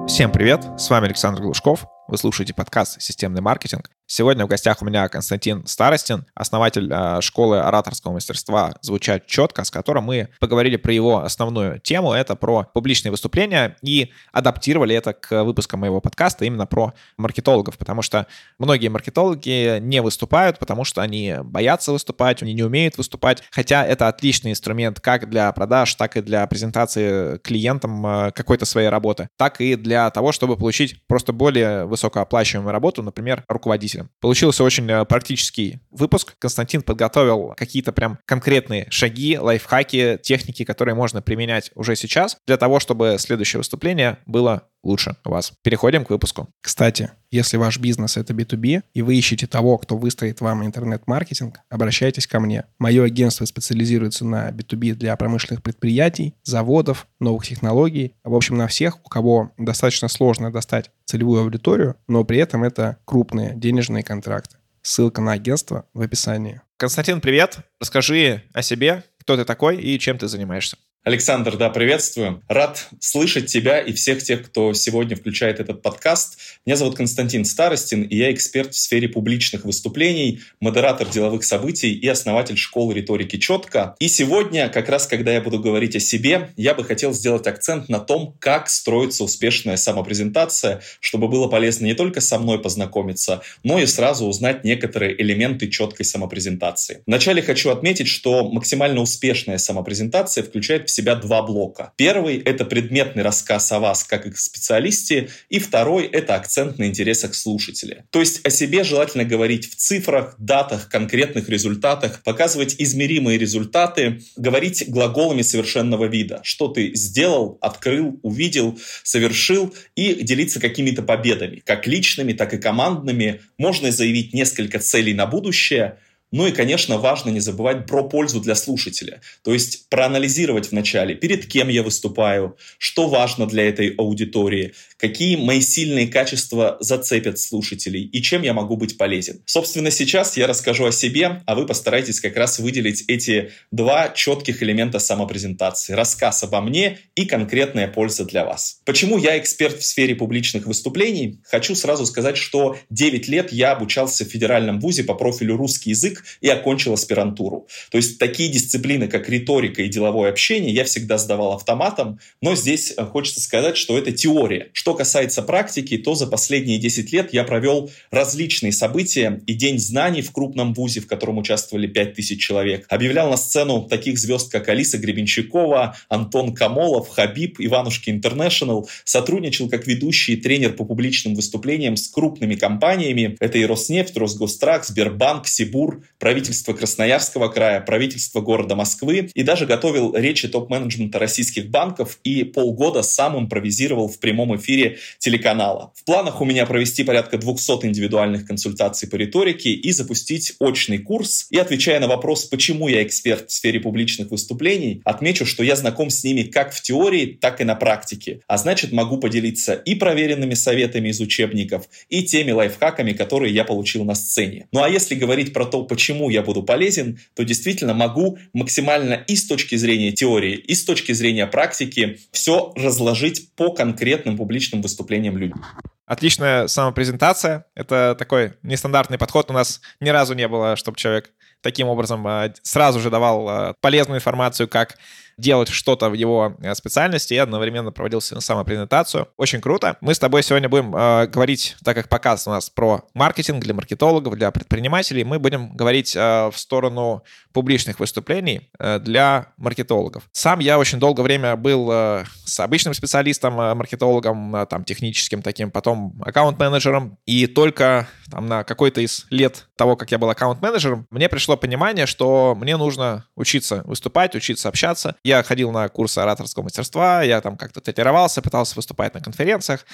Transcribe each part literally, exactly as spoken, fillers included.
Всем привет, с вами Александр Глушков, вы слушаете подкаст «Системный маркетинг». Сегодня в гостях у меня Константин Старостин, основатель э, школы ораторского мастерства «Звучать четко», с которым мы поговорили про его основную тему, это про публичные выступления, и адаптировали это к выпускам моего подкаста именно про маркетологов, потому что многие маркетологи не выступают, потому что они боятся выступать, они не умеют выступать, хотя это отличный инструмент как для продаж, так и для презентации клиентам э, какой-то своей работы, так и для того, чтобы получить просто более высокооплачиваемую работу, например, руководителем. Получился очень практический выпуск. Константин подготовил какие-то прям конкретные шаги, лайфхаки, техники, которые можно применять уже сейчас для того, чтобы следующее выступление было лучше у вас. Переходим к выпуску. Кстати, если ваш бизнес — это би ту би, и вы ищете того, кто выстроит вам интернет-маркетинг, обращайтесь ко мне. Мое агентство специализируется на би ту би для промышленных предприятий, заводов, новых технологий. В общем, на всех, у кого достаточно сложно достать целевую аудиторию, но при этом это крупные денежные контракты. Ссылка на агентство в описании. Константин, привет. Расскажи о себе, кто ты такой и чем ты занимаешься. Александр, да, приветствую. Рад слышать тебя и всех тех, кто сегодня включает этот подкаст. Меня зовут Константин Старостин, и я эксперт в сфере публичных выступлений, модератор деловых событий и основатель школы риторики «Четко». И сегодня, как раз когда я буду говорить о себе, я бы хотел сделать акцент на том, как строится успешная самопрезентация, чтобы было полезно не только со мной познакомиться, но и сразу узнать некоторые элементы четкой самопрезентации. Вначале хочу отметить, что максимально успешная самопрезентация включает в себя два блока. Первый — это предметный рассказ о вас как их специалисте, и второй — это акцент на интересах слушателя. То есть о себе желательно говорить в цифрах, датах, конкретных результатах, показывать измеримые результаты, говорить глаголами совершенного вида. Что ты сделал, открыл, увидел, совершил, и делиться какими-то победами, как личными, так и командными. Можно заявить несколько целей на будущее. Ну и, конечно, важно не забывать про пользу для слушателя. То есть проанализировать вначале, перед кем я выступаю, что важно для этой аудитории, какие мои сильные качества зацепят слушателей и чем я могу быть полезен. Собственно, сейчас я расскажу о себе, а вы постарайтесь как раз выделить эти два четких элемента самопрезентации. Рассказ обо мне и конкретная польза для вас. Почему я эксперт в сфере публичных выступлений? Хочу сразу сказать, что девять лет я обучался в федеральном вузе по профилю русский язык и окончил аспирантуру. То есть такие дисциплины, как риторика и деловое общение, я всегда сдавал автоматом, но здесь хочется сказать, что это теория. Что касается практики, то за последние десять лет я провел различные события и День знаний в крупном вузе, в котором участвовали пять тысяч человек. Объявлял на сцену таких звезд, как Алиса Гребенщикова, Антон Камолов, Хабиб, Иванушки Интернешнл. Сотрудничал как ведущий и тренер по публичным выступлениям с крупными компаниями. Это и Роснефть, Росгострах, Сбербанк, Сибур, правительство Красноярского края, правительство города Москвы, и даже готовил речи топ-менеджмента российских банков и полгода сам импровизировал в прямом эфире телеканала. В планах у меня провести порядка двухсот индивидуальных консультаций по риторике и запустить очный курс. И отвечая на вопрос, почему я эксперт в сфере публичных выступлений, отмечу, что я знаком с ними как в теории, так и на практике. А значит, могу поделиться и проверенными советами из учебников, и теми лайфхаками, которые я получил на сцене. Ну а если говорить про то, почему я буду полезен, то действительно могу максимально и с точки зрения теории, и с точки зрения практики все разложить по конкретным публичным выступлениям людям. Отличная самопрезентация. Это такой нестандартный подход. У нас ни разу не было, чтобы человек таким образом сразу же давал полезную информацию, как делать что-то в его специальности и одновременно проводил самопрезентацию. Очень круто. Мы с тобой сегодня будем э, говорить, так как подкаст у нас про маркетинг для маркетологов, для предпринимателей, мы будем говорить э, в сторону публичных выступлений э, для маркетологов. Сам я очень долгое время был э, с обычным специалистом, э, маркетологом, э, там, техническим таким, потом аккаунт-менеджером, и только там, на какой-то из лет того, как я был аккаунт-менеджером, мне пришло понимание, что мне нужно учиться выступать, учиться общаться. Я ходил на курсы ораторского мастерства, я там как-то тренировался, пытался выступать на конференциях,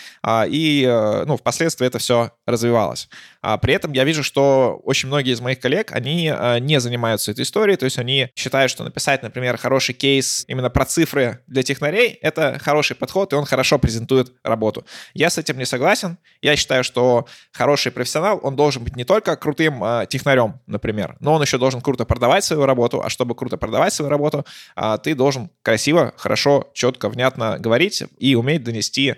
и ну, впоследствии это все развивалось. При этом я вижу, что очень многие из моих коллег, они не занимаются этой историей, то есть они считают, что написать, например, хороший кейс именно про цифры для технарей — это хороший подход, и он хорошо презентует работу. Я с этим не согласен. Я считаю, что хороший профессионал, он должен быть не только крутым технарем, например, но он еще должен круто продавать свою работу, а чтобы круто продавать свою работу, ты должен красиво, хорошо, четко, внятно говорить и уметь донести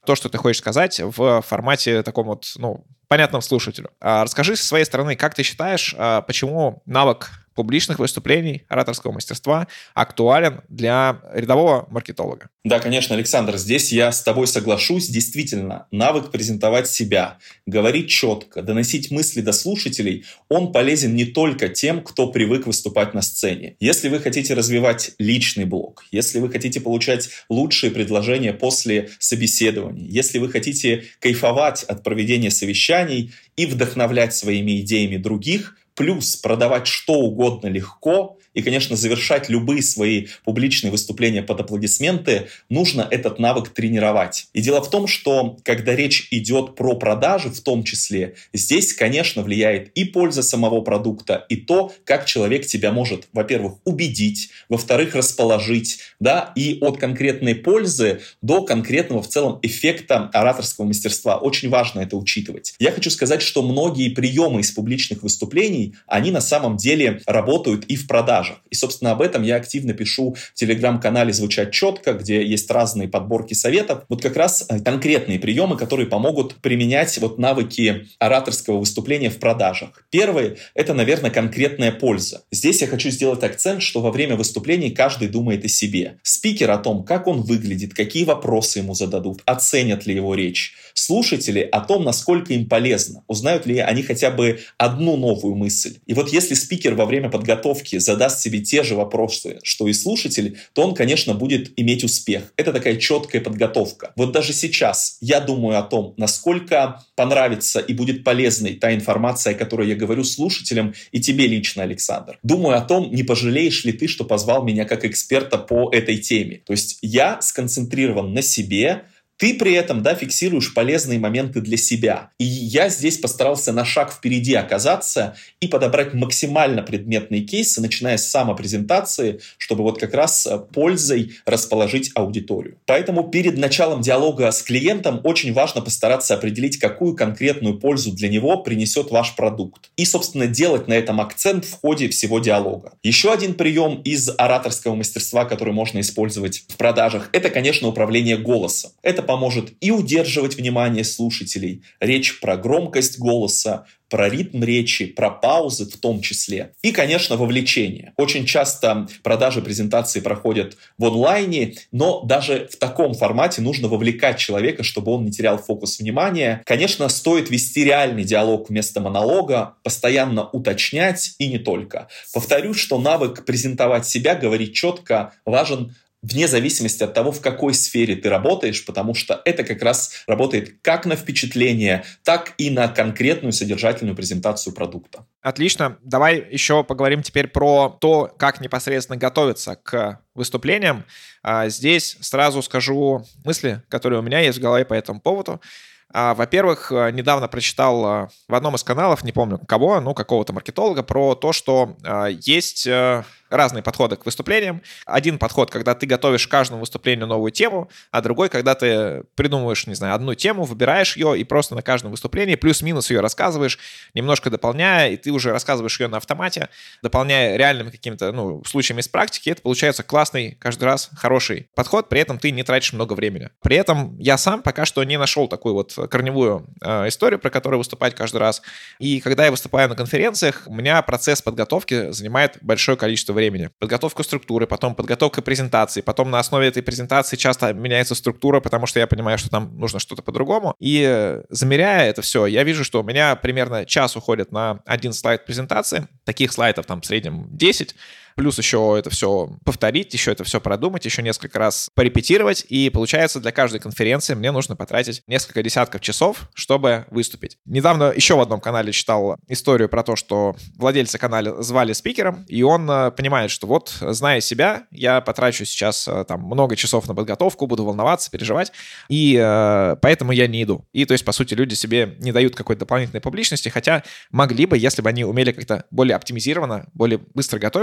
то, что ты хочешь сказать, в формате таком вот, ну, понятном слушателю. А расскажи со своей стороны, как ты считаешь, почему навык публичных выступлений, ораторского мастерства актуален для рядового маркетолога? Да, конечно, Александр, здесь я с тобой соглашусь. Действительно, навык презентовать себя, говорить четко, доносить мысли до слушателей, он полезен не только тем, кто привык выступать на сцене. Если вы хотите развивать личный блог, если вы хотите получать лучшие предложения после собеседований, если вы хотите кайфовать от проведения совещаний и вдохновлять своими идеями других, плюс продавать что угодно легко и, конечно, завершать любые свои публичные выступления под аплодисменты, нужно этот навык тренировать. И дело в том, что когда речь идет про продажи в том числе, здесь, конечно, влияет и польза самого продукта, и то, как человек тебя может, во-первых, убедить, во-вторых, расположить, да, и от конкретной пользы до конкретного в целом эффекта ораторского мастерства. Очень важно это учитывать. Я хочу сказать, что многие приемы из публичных выступлений, они на самом деле работают и в продажах. И, собственно, об этом я активно пишу в телеграм-канале «Звучать четко», где есть разные подборки советов. Вот как раз конкретные приемы, которые помогут применять вот навыки ораторского выступления в продажах. Первый – это, наверное, конкретная польза. Здесь я хочу сделать акцент, что во время выступлений каждый думает о себе. Спикер о том, как он выглядит, какие вопросы ему зададут, оценят ли его речь. Слушатели о том, насколько им полезно, узнают ли они хотя бы одну новую мысль. И вот если спикер во время подготовки задаст себе те же вопросы, что и слушатель, то он, конечно, будет иметь успех. Это такая четкая подготовка. Вот даже сейчас я думаю о том, насколько понравится и будет полезной та информация, о которой я говорю слушателям и тебе лично, Александр. Думаю о том, не пожалеешь ли ты, что позвал меня как эксперта по этой теме. То есть я сконцентрирован на себе, ты при этом, да, фиксируешь полезные моменты для себя. И я здесь постарался на шаг впереди оказаться и подобрать максимально предметные кейсы, начиная с самопрезентации, чтобы вот как раз пользой расположить аудиторию. Поэтому перед началом диалога с клиентом очень важно постараться определить, какую конкретную пользу для него принесет ваш продукт. И, собственно, делать на этом акцент в ходе всего диалога. Еще один прием из ораторского мастерства, который можно использовать в продажах, это, конечно, управление голосом. Это поможет и удерживать внимание слушателей, речь про громкость голоса, про ритм речи, про паузы в том числе. И, конечно, вовлечение. Очень часто продажи, презентации проходят в онлайне, но даже в таком формате нужно вовлекать человека, чтобы он не терял фокус внимания. Конечно, стоит вести реальный диалог вместо монолога, постоянно уточнять и не только. Повторюсь, что навык презентовать себя, говорить четко важен вне зависимости от того, в какой сфере ты работаешь, потому что это как раз работает как на впечатление, так и на конкретную содержательную презентацию продукта. Отлично. Давай еще поговорим теперь про то, как непосредственно готовиться к выступлениям. Здесь сразу скажу мысли, которые у меня есть в голове по этому поводу. Во-первых, недавно прочитал в одном из каналов, не помню кого, ну, какого-то маркетолога, про то, что есть разные подходы к выступлениям. Один подход, когда ты готовишь к каждому выступлению новую тему, а другой, когда ты придумываешь, не знаю, одну тему, выбираешь ее и просто на каждом выступлении плюс-минус ее рассказываешь, немножко дополняя, и ты уже рассказываешь ее на автомате, дополняя реальными какими-то, ну, случаями из практики. Это получается классный, каждый раз хороший подход, при этом ты не тратишь много времени. При этом я сам пока что не нашел такую вот корневую э, историю, про которую выступать каждый раз. И когда я выступаю на конференциях, у меня процесс подготовки занимает большое количество времени. Подготовка структуры, потом подготовка презентации, потом на основе этой презентации часто меняется структура, потому что я понимаю, что там нужно что-то по-другому. И замеряя это все, я вижу, что у меня примерно час уходит на один слайд презентации. Таких слайдов там в среднем десять. Плюс еще это все повторить, еще это все продумать, еще несколько раз порепетировать. И получается, для каждой конференции мне нужно потратить несколько десятков часов, чтобы выступить. Недавно еще в одном канале читал историю про то, что владельца канала звали спикером, и он понимает, что вот, зная себя, я потрачу сейчас там много часов на подготовку, буду волноваться, переживать, и э, поэтому я не иду. И то есть, по сути, люди себе не дают какой-то дополнительной публичности, хотя могли бы, если бы они умели как-то более оптимизированно, более быстро готовиться.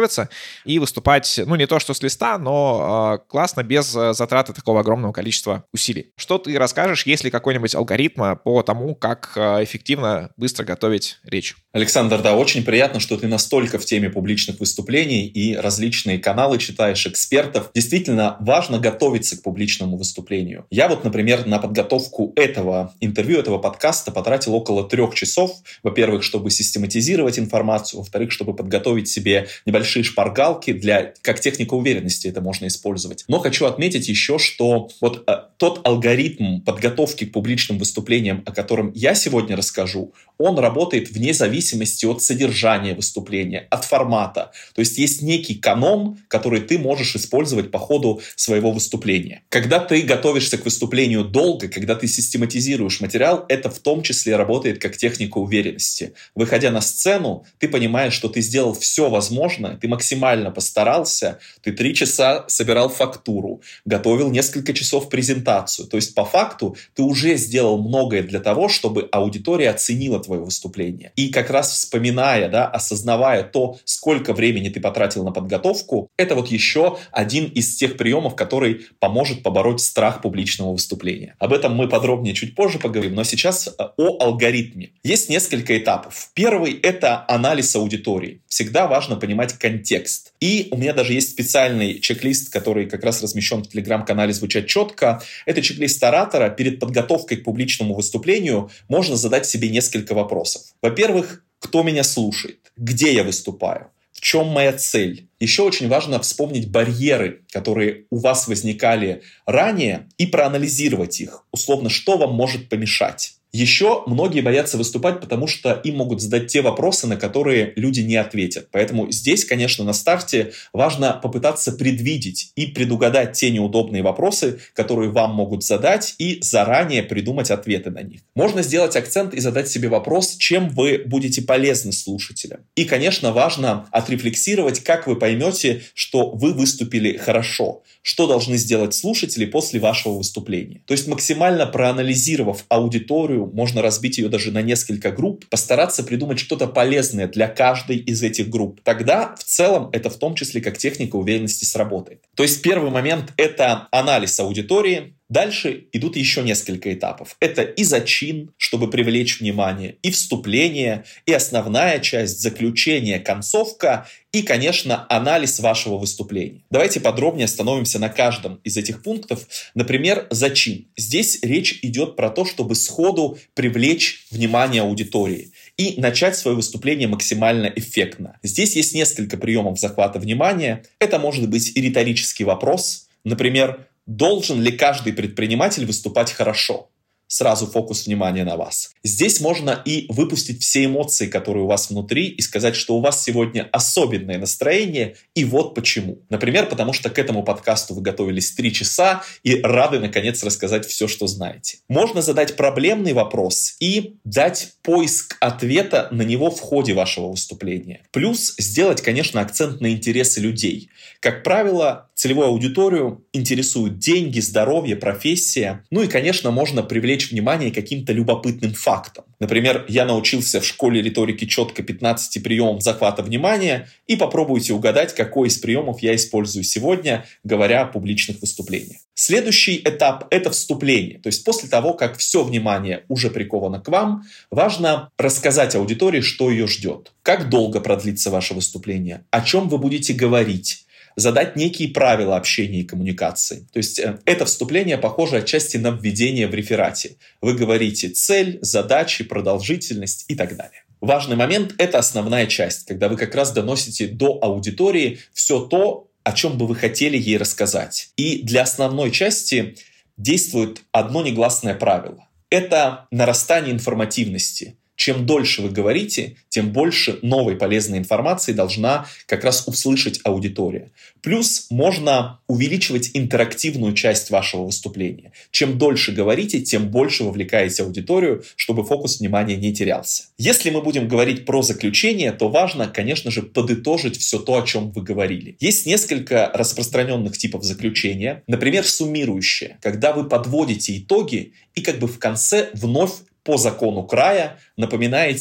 и выступать, ну, не то что с листа, но э, классно, без затраты такого огромного количества усилий. Что ты расскажешь, есть ли какой-нибудь алгоритм по тому, как э, эффективно, быстро готовить речь? Александр, да, очень приятно, что ты настолько в теме публичных выступлений и различные каналы читаешь, экспертов. Действительно, важно готовиться к публичному выступлению. Я вот, например, на подготовку этого интервью, этого подкаста потратил около трех часов. Во-первых, чтобы систематизировать информацию, во-вторых, чтобы подготовить себе небольшие шпаргалки, для, как техника уверенности это можно использовать. Но хочу отметить еще, что вот э, тот алгоритм подготовки к публичным выступлениям, о котором я сегодня расскажу, он работает вне зависимости от содержания выступления, от формата. То есть есть некий канон, который ты можешь использовать по ходу своего выступления. Когда ты готовишься к выступлению долго, когда ты систематизируешь материал, это в том числе работает как техника уверенности. Выходя на сцену, ты понимаешь, что ты сделал все возможное, ты максимально постарался, ты три часа собирал фактуру, готовил несколько часов презентацию. То есть по факту ты уже сделал многое для того, чтобы аудитория оценила твое выступление. И как раз вспоминая, да, осознавая то, сколько времени ты потратил на подготовку, это вот еще один из тех приемов, который поможет побороть страх публичного выступления. Об этом мы подробнее чуть позже поговорим, но сейчас о алгоритме. Есть несколько этапов. Первый – это анализ аудитории. Всегда важно понимать контекст. И у меня даже есть специальный чек-лист, который как раз размещен в телеграм-канале «Звучать четко». Это чек-лист оратора. Перед подготовкой к публичному выступлению можно задать себе несколько вопросов. Во-первых, кто меня слушает? Где я выступаю? В чем моя цель? Еще очень важно вспомнить барьеры, которые у вас возникали ранее, и проанализировать их. Условно, что вам может помешать? Еще многие боятся выступать, потому что им могут задать те вопросы, на которые люди не ответят. Поэтому здесь, конечно, на старте важно попытаться предвидеть и предугадать те неудобные вопросы, которые вам могут задать, и заранее придумать ответы на них. Можно сделать акцент и задать себе вопрос, чем вы будете полезны слушателям. И, конечно, важно отрефлексировать, как вы поймете, что вы выступили хорошо, что должны сделать слушатели после вашего выступления. То есть максимально проанализировав аудиторию, можно разбить ее даже на несколько групп, постараться придумать что-то полезное для каждой из этих групп. Тогда в целом это в том числе как техника уверенности сработает. То есть первый момент – это анализ аудитории. Дальше идут еще несколько этапов. Это и зачин, чтобы привлечь внимание, и вступление, и основная часть, заключение, концовка, и, конечно, анализ вашего выступления. Давайте подробнее остановимся на каждом из этих пунктов. Например, зачин. Здесь речь идет про то, чтобы сходу привлечь внимание аудитории и начать свое выступление максимально эффектно. Здесь есть несколько приемов захвата внимания. Это может быть и риторический вопрос. Например, должен ли каждый предприниматель выступать хорошо? Сразу фокус внимания на вас. Здесь можно и выпустить все эмоции, которые у вас внутри, и сказать, что у вас сегодня особенное настроение, и вот почему. Например, потому что к этому подкасту вы готовились три часа и рады, наконец, рассказать все, что знаете. Можно задать проблемный вопрос и дать поиск ответа на него в ходе вашего выступления. Плюс сделать, конечно, акцент на интересы людей. Как правило, целевую аудиторию интересуют деньги, здоровье, профессия. Ну и, конечно, можно привлечь внимание каким-то любопытным фактом. Например, я научился в школе риторики четко пятнадцати приемам захвата внимания, и попробуйте угадать, какой из приемов я использую сегодня, говоря о публичных выступлениях. Следующий этап – это вступление. То есть после того, как все внимание уже приковано к вам, важно рассказать аудитории, что ее ждет. Как долго продлится ваше выступление, о чем вы будете говорить, задать некие правила общения и коммуникации. То есть э, это вступление похоже отчасти на введение в реферате. Вы говорите цель, задачи, продолжительность и так далее. Важный момент – это основная часть, когда вы как раз доносите до аудитории все то, о чем бы вы хотели ей рассказать. И для основной части действует одно негласное правило. Это нарастание информативности. Чем дольше вы говорите, тем больше новой полезной информации должна как раз услышать аудитория. Плюс можно увеличивать интерактивную часть вашего выступления. Чем дольше говорите, тем больше вовлекаете аудиторию, чтобы фокус внимания не терялся. Если мы будем говорить про заключение, то важно, конечно же, подытожить все то, о чем вы говорили. Есть несколько распространенных типов заключения. Например, суммирующее, когда вы подводите итоги и как бы в конце вновь по закону края напоминаете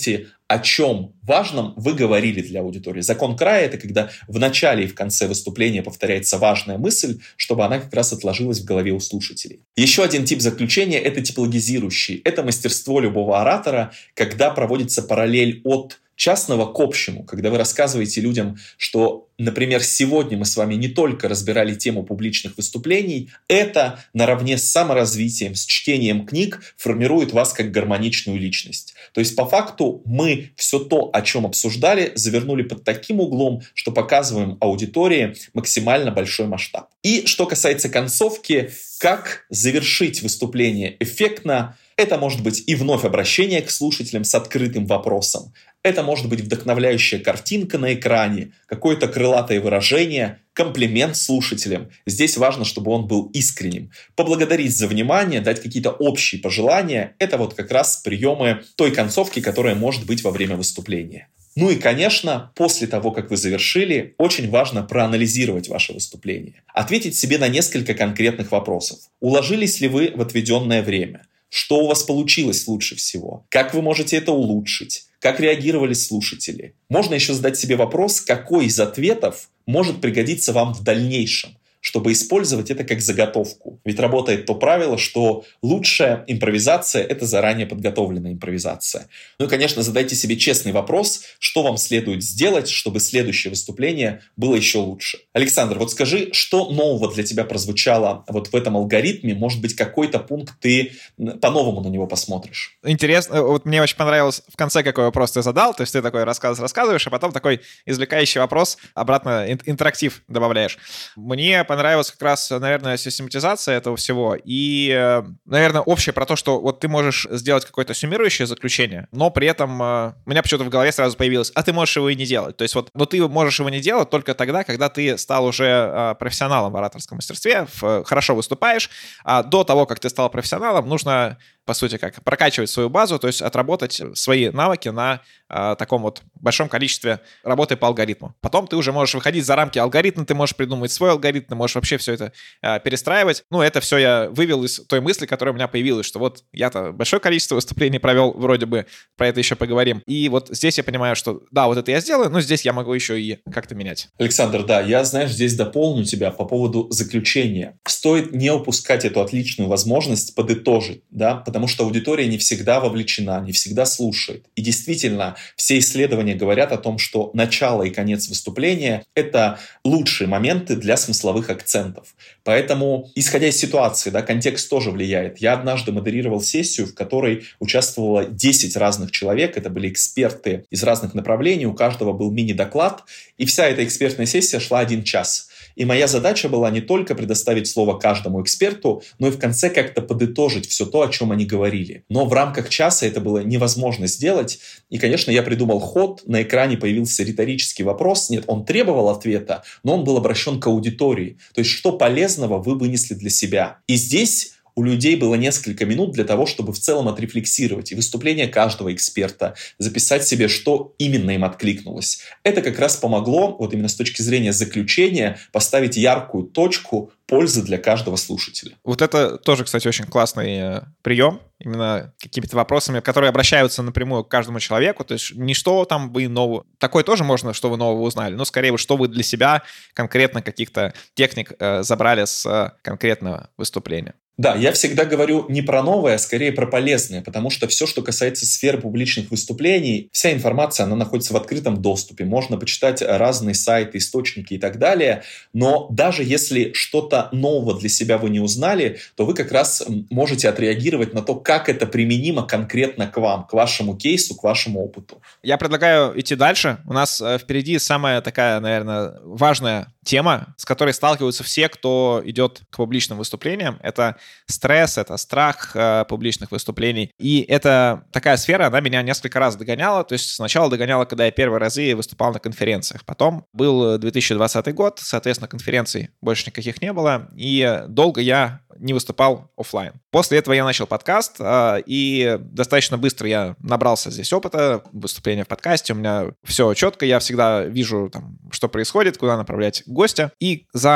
о чем важном вы говорили для аудитории. Закон края — это когда в начале и в конце выступления повторяется важная мысль, чтобы она как раз отложилась в голове у слушателей. Еще один тип заключения — это типологизирующий. Это мастерство любого оратора, когда проводится параллель от частного к общему, когда вы рассказываете людям, что, например, сегодня мы с вами не только разбирали тему публичных выступлений, это наравне с саморазвитием, с чтением книг формирует вас как гармоничную личность. То есть по факту мы все то, о чем обсуждали, завернули под таким углом, что показываем аудитории максимально большой масштаб. И что касается концовки, как завершить выступление эффектно, это может быть и вновь обращение к слушателям с открытым вопросом. Это может быть вдохновляющая картинка на экране, какое-то крылатое выражение, комплимент слушателям. Здесь важно, чтобы он был искренним. Поблагодарить за внимание, дать какие-то общие пожелания – это вот как раз приемы той концовки, которая может быть во время выступления. Ну и, конечно, после того, как вы завершили, очень важно проанализировать ваше выступление. Ответить себе на несколько конкретных вопросов. Уложились ли вы в отведенное время? Что у вас получилось лучше всего? Как вы можете это улучшить? Как реагировали слушатели? Можно еще задать себе вопрос, какой из ответов может пригодиться вам в дальнейшем, чтобы использовать это как заготовку. Ведь работает то правило, что лучшая импровизация – это заранее подготовленная импровизация. Ну и, конечно, задайте себе честный вопрос, что вам следует сделать, чтобы следующее выступление было еще лучше. Александр, вот скажи, что нового для тебя прозвучало вот в этом алгоритме? Может быть, какой-то пункт ты по-новому на него посмотришь? Интересно, вот мне очень понравилось в конце, какой вопрос ты задал, то есть ты такой рассказ рассказываешь, а потом такой извлекающий вопрос, обратно интерактив добавляешь. Мне понравилась как раз, наверное, систематизация этого всего и, наверное, общее про то, что вот ты можешь сделать какое-то суммирующее заключение, но при этом у меня почему-то в голове сразу появилось, а ты можешь его и не делать. То есть вот, но ты можешь его не делать только тогда, когда ты стал уже профессионалом в ораторском мастерстве, хорошо выступаешь, а до того, как ты стал профессионалом, нужно, по сути, как прокачивать свою базу, то есть отработать свои навыки на а, таком вот большом количестве работы по алгоритму. Потом ты уже можешь выходить за рамки алгоритма, ты можешь придумать свой алгоритм, ты можешь вообще все это а, перестраивать. Ну, это все я вывел из той мысли, которая у меня появилась, что вот я-то большое количество выступлений провел, вроде бы, про это еще поговорим. И вот здесь я понимаю, что да, вот это я сделаю, но здесь я могу еще и как-то менять. Александр, да, я, знаешь, здесь дополню тебя по поводу заключения. Стоит не упускать эту отличную возможность подытожить, да, потому что аудитория не всегда вовлечена, не всегда слушает. И действительно, все исследования говорят о том, что начало и конец выступления — это лучшие моменты для смысловых акцентов. Поэтому, исходя из ситуации, да, контекст тоже влияет. Я однажды модерировал сессию, в которой участвовало десять разных человек. Это были эксперты из разных направлений, у каждого был мини-доклад. И вся эта экспертная сессия шла один час. И моя задача была не только предоставить слово каждому эксперту, но и в конце как-то подытожить все то, о чем они говорили. Но в рамках часа это было невозможно сделать. И, конечно, я придумал ход. На экране появился риторический вопрос. Нет, он требовал ответа, но он был обращен к аудитории. То есть, что полезного вы вынесли для себя? И здесь у людей было несколько минут для того, чтобы в целом отрефлексировать и выступление каждого эксперта, записать себе, что именно им откликнулось. Это как раз помогло, вот именно с точки зрения заключения, поставить яркую точку пользы для каждого слушателя. Вот это тоже, кстати, очень классный прием, именно какими-то вопросами, которые обращаются напрямую к каждому человеку, то есть не что там вы нового, такое тоже можно, что вы нового узнали, но скорее, что вы для себя конкретно каких-то техник э, забрали с э, конкретного выступления. Да, я всегда говорю не про новое, а скорее про полезное, потому что все, что касается сферы публичных выступлений, вся информация, она находится в открытом доступе, можно почитать разные сайты, источники и так далее, но даже если что-то нового для себя вы не узнали, то вы как раз можете отреагировать на то, как это применимо конкретно к вам, к вашему кейсу, к вашему опыту. Я предлагаю идти дальше. У нас впереди самая такая, наверное, важная тема, с которой сталкиваются все, кто идет к публичным выступлениям. Это стресс, это страх э, публичных выступлений. И это такая сфера, она меня несколько раз догоняла. То есть сначала догоняла, когда я первые разы выступал на конференциях. Потом был две тысячи двадцатый год, соответственно, конференций больше никаких не было. И долго я не выступал офлайн. После этого я начал подкаст, э, и достаточно быстро я набрался здесь опыта, выступления в подкасте. У меня все четко, я всегда вижу, там, что происходит, куда направлять гостя. И за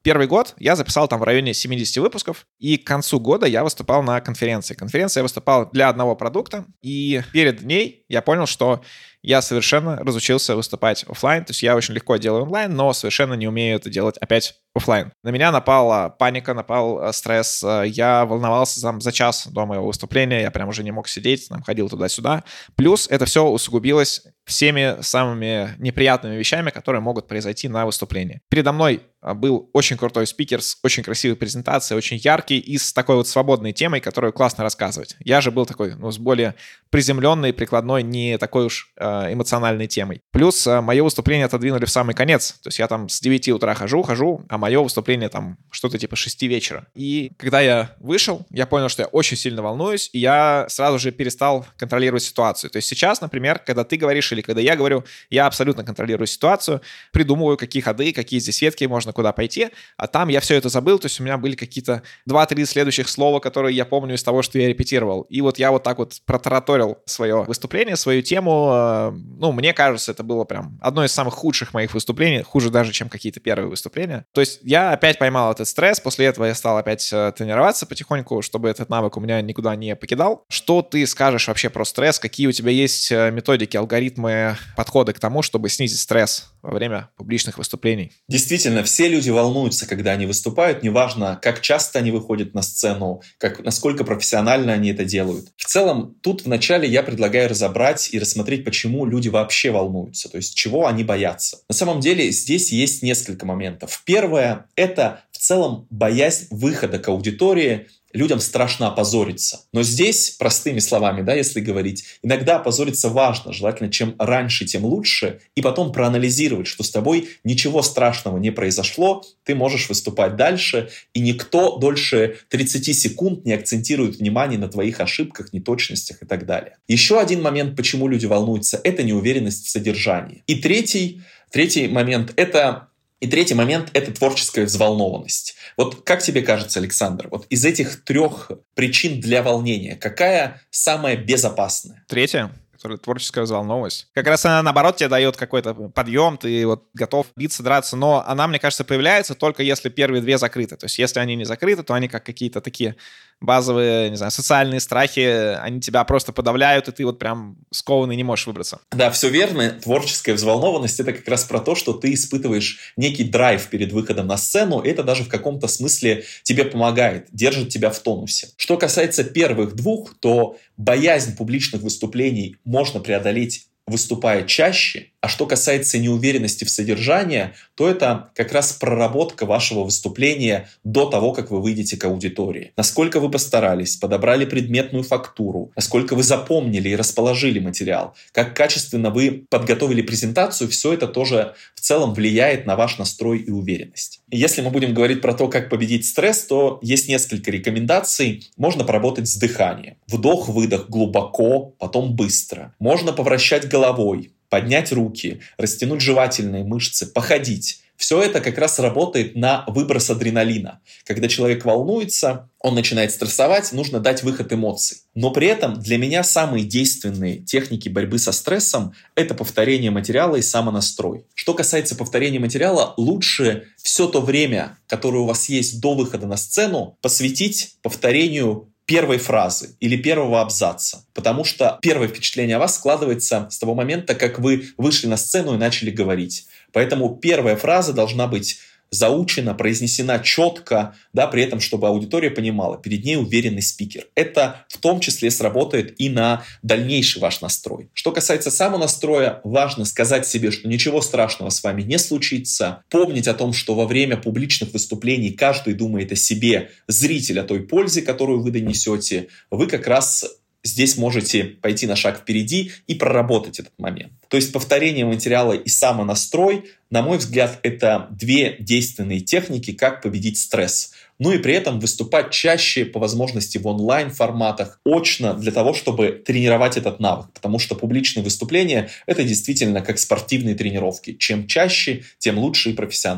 Первый год я записал там в районе семьдесят выпусков, и к концу года я выступал на конференции. Конференция я выступал для одного продукта, и перед ней я понял, что я совершенно разучился выступать офлайн. То есть я очень легко делаю онлайн, но совершенно не умею это делать опять офлайн. На меня напала паника, напал стресс. Я волновался там за час до моего выступления. Я прям уже не мог сидеть, там ходил туда-сюда. Плюс это все усугубилось всеми самыми неприятными вещами, которые могут произойти на выступлении. Передо мной был очень крутой спикер с очень красивой презентацией, очень яркий и с такой вот свободной темой, которую классно рассказывать. Я же был такой, ну, с более приземленной, прикладной, не такой уж э, эмоциональной темой. Плюс э, мое выступление отодвинули в самый конец. То есть я там с девяти утра хожу, хожу, а мое выступление там что-то типа шести вечера. И когда я вышел, я понял, что я очень сильно волнуюсь, и я сразу же перестал контролировать ситуацию. То есть сейчас, например, когда ты говоришь или когда я говорю, я абсолютно контролирую ситуацию, придумываю, какие ходы, какие здесь ветки, можно куда пойти, а там я все это забыл, то есть у меня были какие-то два-три следующих слова, которые я помню из того, что я репетировал. И вот я вот так вот протараторил свое выступление, свою тему. Ну, мне кажется, это было прям одно из самых худших моих выступлений, хуже даже, чем какие-то первые выступления. То есть я опять поймал этот стресс, после этого я стал опять тренироваться потихоньку, чтобы этот навык у меня никуда не покидал. Что ты скажешь вообще про стресс? Какие у тебя есть методики, алгоритмы, подходы к тому, чтобы снизить стресс во время публичных выступлений? Действительно, все люди волнуются, когда они выступают, неважно, как часто они выходят на сцену, как, насколько профессионально они это делают. В целом, тут вначале я предлагаю разобрать и рассмотреть, почему люди вообще волнуются, то есть чего они боятся. На самом деле здесь есть несколько моментов. Первое — это в целом боязнь выхода к аудитории. Людям страшно опозориться. Но здесь, простыми словами, да, если говорить, иногда опозориться важно, желательно чем раньше, тем лучше, и потом проанализировать, что с тобой ничего страшного не произошло, ты можешь выступать дальше, и никто дольше тридцати секунд не акцентирует внимание на твоих ошибках, неточностях и так далее. Еще один момент, почему люди волнуются, это неуверенность в содержании. И третий, третий момент — это И третий момент — это творческая взволнованность. Вот как тебе кажется, Александр, вот из этих трех причин для волнения, какая самая безопасная? Третья, которая творческая взволнованность. Как раз она, наоборот, тебе дает какой-то подъем, ты вот готов биться, драться, но она, мне кажется, появляется только если первые две закрыты. То есть если они не закрыты, то они как какие-то такие базовые, не знаю, социальные страхи, они тебя просто подавляют, и ты вот прям скованный не можешь выбраться. Да, все верно. Творческая взволнованность — это как раз про то, что ты испытываешь некий драйв перед выходом на сцену, и это даже в каком-то смысле тебе помогает, держит тебя в тонусе. Что касается первых двух, то боязнь публичных выступлений можно преодолеть, выступая чаще, а что касается неуверенности в содержании, то это как раз проработка вашего выступления до того, как вы выйдете к аудитории. Насколько вы постарались, подобрали предметную фактуру, насколько вы запомнили и расположили материал, как качественно вы подготовили презентацию, все это тоже в целом влияет на ваш настрой и уверенность. И если мы будем говорить про то, как победить стресс, то есть несколько рекомендаций. Можно поработать с дыханием. Вдох-выдох глубоко, потом быстро. Можно повращать головой, поднять руки, растянуть жевательные мышцы, походить. Все это как раз работает на выброс адреналина. Когда человек волнуется, он начинает стрессовать, нужно дать выход эмоций. Но при этом для меня самые действенные техники борьбы со стрессом — это повторение материала и самонастрой. Что касается повторения материала, лучше все то время, которое у вас есть до выхода на сцену, посвятить повторению первой фразы или первого абзаца, потому что первое впечатление о вас складывается с того момента, как вы вышли на сцену и начали говорить. Поэтому первая фраза должна быть заучена, произнесена четко, да, при этом, чтобы аудитория понимала, перед ней уверенный спикер. Это в том числе сработает и на дальнейший ваш настрой. Что касается самонастроя, важно сказать себе, что ничего страшного с вами не случится. Помнить о том, что во время публичных выступлений каждый думает о себе, зритель о той пользе, которую вы донесете. Вы как раз здесь можете пойти на шаг впереди и проработать этот момент. То есть повторение материала и самонастрой, на мой взгляд, это две действенные техники, как победить стресс. Ну и при этом выступать чаще, по возможности в онлайн-форматах, очно, для того, чтобы тренировать этот навык. Потому что публичные выступления — это действительно как спортивные тренировки. Чем чаще, тем лучше и профессиональнее.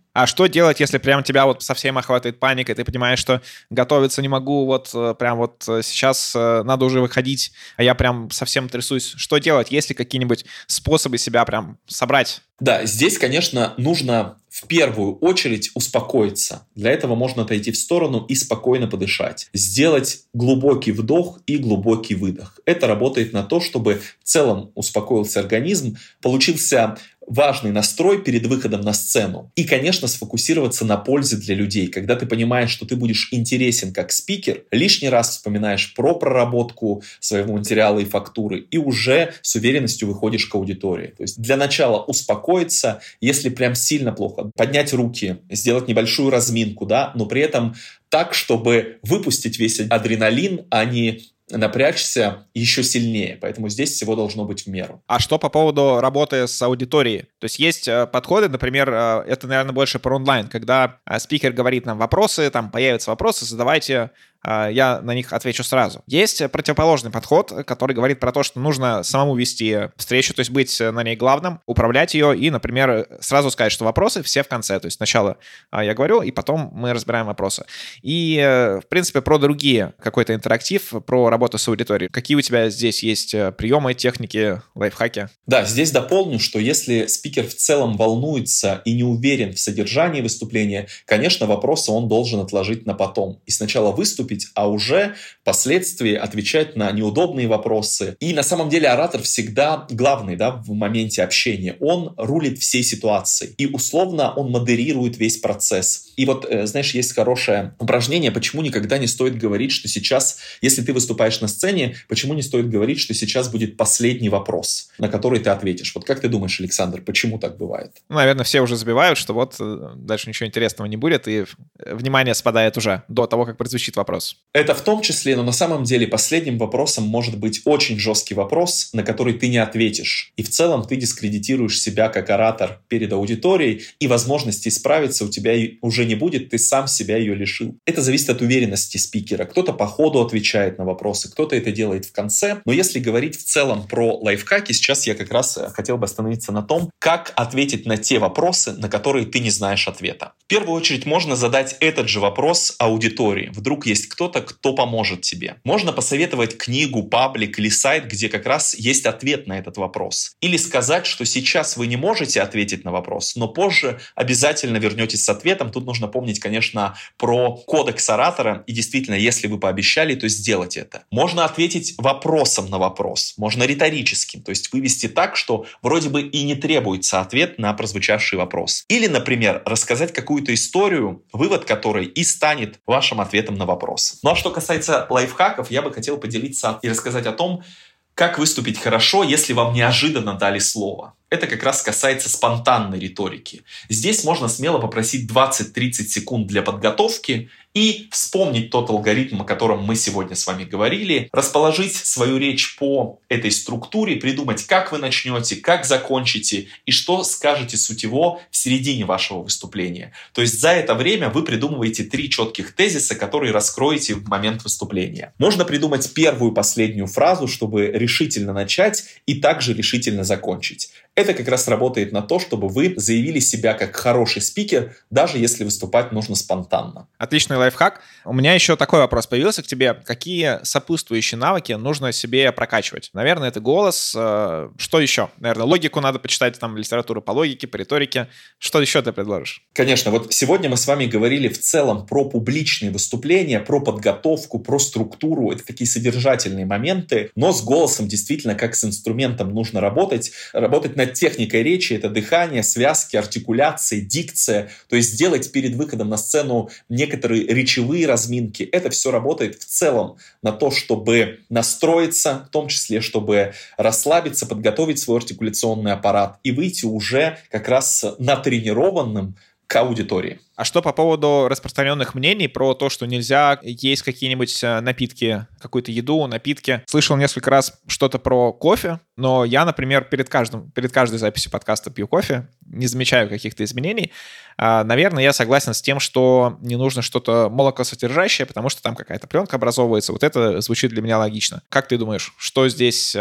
А что делать, если прям тебя вот совсем охватывает паника, и ты понимаешь, что готовиться не могу, вот прям вот сейчас надо уже выходить, а я прям совсем трясусь. Что делать? Есть ли какие-нибудь способы себя прям собрать? Да, здесь, конечно, нужно в первую очередь успокоиться. Для этого можно отойти в сторону и спокойно подышать. Сделать глубокий вдох и глубокий выдох. Это работает на то, чтобы в целом успокоился организм, получился важный настрой перед выходом на сцену. И, конечно, сфокусироваться на пользе для людей. Когда ты понимаешь, что ты будешь интересен как спикер, лишний раз вспоминаешь про проработку своего материала и фактуры, и уже с уверенностью выходишь к аудитории. То есть для начала успокоиться, если прям сильно плохо, поднять руки, сделать небольшую разминку, да, но при этом так, чтобы выпустить весь адреналин, а не напрячься еще сильнее. Поэтому здесь всего должно быть в меру. А что по поводу работы с аудиторией? То есть есть э, подходы, например, э, это, наверное, больше про онлайн, когда э, спикер говорит нам вопросы, там появятся вопросы, задавайте, э, я на них отвечу сразу. Есть противоположный подход, который говорит про то, что нужно самому вести встречу, то есть быть на ней главным, управлять ее и, например, сразу сказать, что вопросы все в конце. То есть сначала э, я говорю, и потом мы разбираем вопросы. И, э, в принципе, про другие какой-то интерактив, про работу с аудиторией. Какие у тебя здесь есть приемы, техники, лайфхаки? Да, здесь дополню, что если спикер в целом волнуется и не уверен в содержании выступления, конечно, вопросы он должен отложить на потом. И сначала выступить, а уже впоследствии отвечать на неудобные вопросы. И на самом деле оратор всегда главный, да, в моменте общения. Он рулит всей ситуацией. И условно он модерирует весь процесс. И вот, знаешь, есть хорошее упражнение, почему никогда не стоит говорить, что сейчас, если ты выступаешь на сцене, почему не стоит говорить, что сейчас будет последний вопрос, на который ты ответишь. Вот как ты думаешь, Александр, почему так бывает? Ну, наверное, все уже забивают, что вот дальше ничего интересного не будет, и внимание спадает уже до того, как прозвучит вопрос. Это в том числе, но на самом деле последним вопросом может быть очень жесткий вопрос, на который ты не ответишь. И в целом ты дискредитируешь себя как оратор перед аудиторией, и возможности исправиться у тебя уже не будет, ты сам себя ее лишил. Это зависит от уверенности спикера. Кто-то по ходу отвечает на вопросы, кто-то это делает в конце. Но если говорить в целом про лайфхаки, сейчас я как раз хотел бы остановиться на том, как ответить на те вопросы, на которые ты не знаешь ответа. В первую очередь можно задать этот же вопрос аудитории. Вдруг есть кто-то, кто поможет тебе. Можно посоветовать книгу, паблик или сайт, где как раз есть ответ на этот вопрос. Или сказать, что сейчас вы не можете ответить на вопрос, но позже обязательно вернетесь с ответом. Тут нужно помнить, конечно, про кодекс оратора. И действительно, если вы пообещали, то сделать это. Можно ответить вопросом на вопрос, можно риторическим, то есть вывести так, что вроде бы и не требуется ответ на прозвучавший вопрос. Или, например, рассказать какую-то историю, вывод которой и станет вашим ответом на вопрос. Ну а что касается лайфхаков, я бы хотел поделиться и рассказать о том, как выступить хорошо, если вам неожиданно дали слово. Это как раз касается спонтанной риторики. Здесь можно смело попросить двадцать-тридцать секунд для подготовки и вспомнить тот алгоритм, о котором мы сегодня с вами говорили, расположить свою речь по этой структуре, придумать, как вы начнете, как закончите и что скажете сутево в середине вашего выступления. То есть за это время вы придумываете три четких тезиса, которые раскроете в момент выступления. Можно придумать первую, последнюю фразу, чтобы решительно начать и также решительно закончить. Это как раз работает на то, чтобы вы заявили себя как хороший спикер, даже если выступать нужно спонтанно. Отличный лайфхак. У меня еще такой вопрос появился к тебе. Какие сопутствующие навыки нужно себе прокачивать? Наверное, это голос. Что еще? Наверное, логику надо почитать, там, литературу по логике, по риторике. Что еще ты предложишь? Конечно. Вот сегодня мы с вами говорили в целом про публичные выступления, про подготовку, про структуру. Это такие содержательные моменты. Но с голосом действительно, как с инструментом, нужно работать. Работать над техникой речи. Это дыхание, связки, артикуляции, дикция. То есть делать перед выходом на сцену некоторые речевые разминки. Это все работает в целом на то, чтобы настроиться, в том числе, чтобы расслабиться, подготовить свой артикуляционный аппарат и выйти уже как раз натренированным к аудитории. А что по поводу распространенных мнений про то, что нельзя есть какие-нибудь напитки, какую-то еду, напитки? Слышал несколько раз что-то про кофе, но я, например, перед, каждым, перед каждой записью подкаста пью кофе, не замечаю каких-то изменений. А, наверное, я согласен с тем, что не нужно что-то молокосодержащее, потому что там какая-то пленка образовывается. Вот это звучит для меня логично. Как ты думаешь, что здесь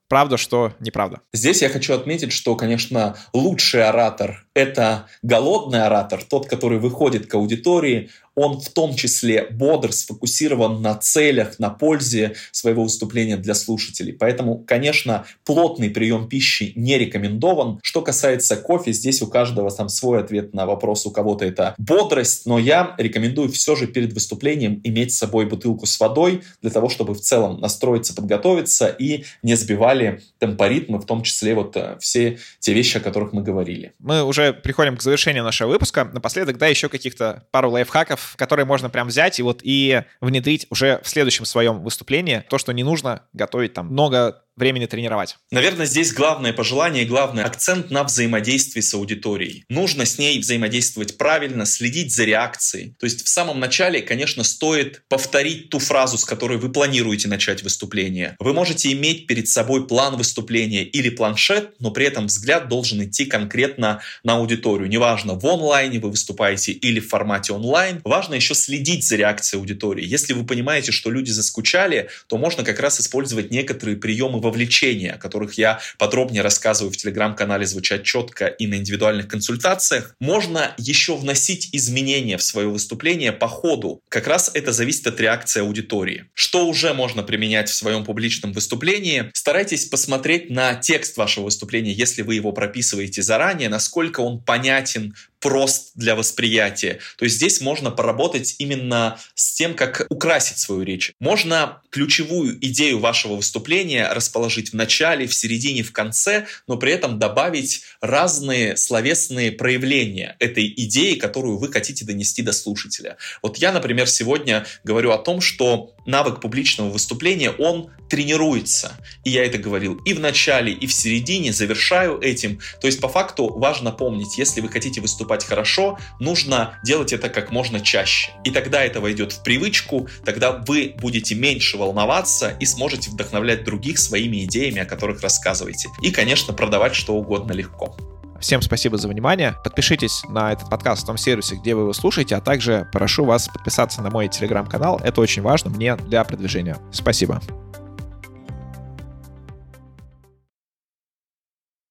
правда, что неправда. Здесь я хочу отметить, что, конечно, лучший оратор – это голодный оратор, тот, который выходит к аудитории, он в том числе бодр, сфокусирован на целях, на пользе своего выступления для слушателей. Поэтому, конечно, плотный прием пищи не рекомендован. Что касается кофе, здесь у каждого там свой ответ на вопрос. У кого-то это бодрость, но я рекомендую все же перед выступлением иметь с собой бутылку с водой для того, чтобы в целом настроиться, подготовиться и не сбивали темпоритмы, в том числе вот все те вещи, о которых мы говорили. Мы уже приходим к завершению нашего выпуска. Напоследок, да, еще каких-то пару лайфхаков, которые можно прям взять и вот и внедрить уже в следующем своем выступлении. То, что не нужно готовить там много времени тренировать. Наверное, здесь главное пожелание и главный акцент на взаимодействии с аудиторией. Нужно с ней взаимодействовать правильно, следить за реакцией. То есть в самом начале, конечно, стоит повторить ту фразу, с которой вы планируете начать выступление. Вы можете иметь перед собой план выступления или планшет, но при этом взгляд должен идти конкретно на аудиторию. Неважно, в онлайне вы выступаете или в формате онлайн. Важно еще следить за реакцией аудитории. Если вы понимаете, что люди заскучали, то можно как раз использовать некоторые приемы вовлечения, о которых я подробнее рассказываю в телеграм-канале «Звучать четко» и на индивидуальных консультациях. Можно еще вносить изменения в свое выступление по ходу. Как раз это зависит от реакции аудитории. Что уже можно применять в своем публичном выступлении? Старайтесь посмотреть на текст вашего выступления, если вы его прописываете заранее, насколько он понятен, прост для восприятия. То есть здесь можно поработать именно с тем, как украсить свою речь. Можно ключевую идею вашего выступления расположить в начале, в середине, в конце, но при этом добавить разные словесные проявления этой идеи, которую вы хотите донести до слушателя. Вот я, например, сегодня говорю о том, что навык публичного выступления, он тренируется. И я это говорил и в начале, и в середине, завершаю этим. То есть по факту важно помнить, если вы хотите выступать хорошо, нужно делать это как можно чаще. И тогда это войдет в привычку, тогда вы будете меньше волноваться и сможете вдохновлять других своими идеями, о которых рассказываете. И, конечно, продавать что угодно легко. Всем спасибо за внимание. Подпишитесь на этот подкаст в том сервисе, где вы его слушаете, а также прошу вас подписаться на мой телеграм-канал. Это очень важно мне для продвижения. Спасибо.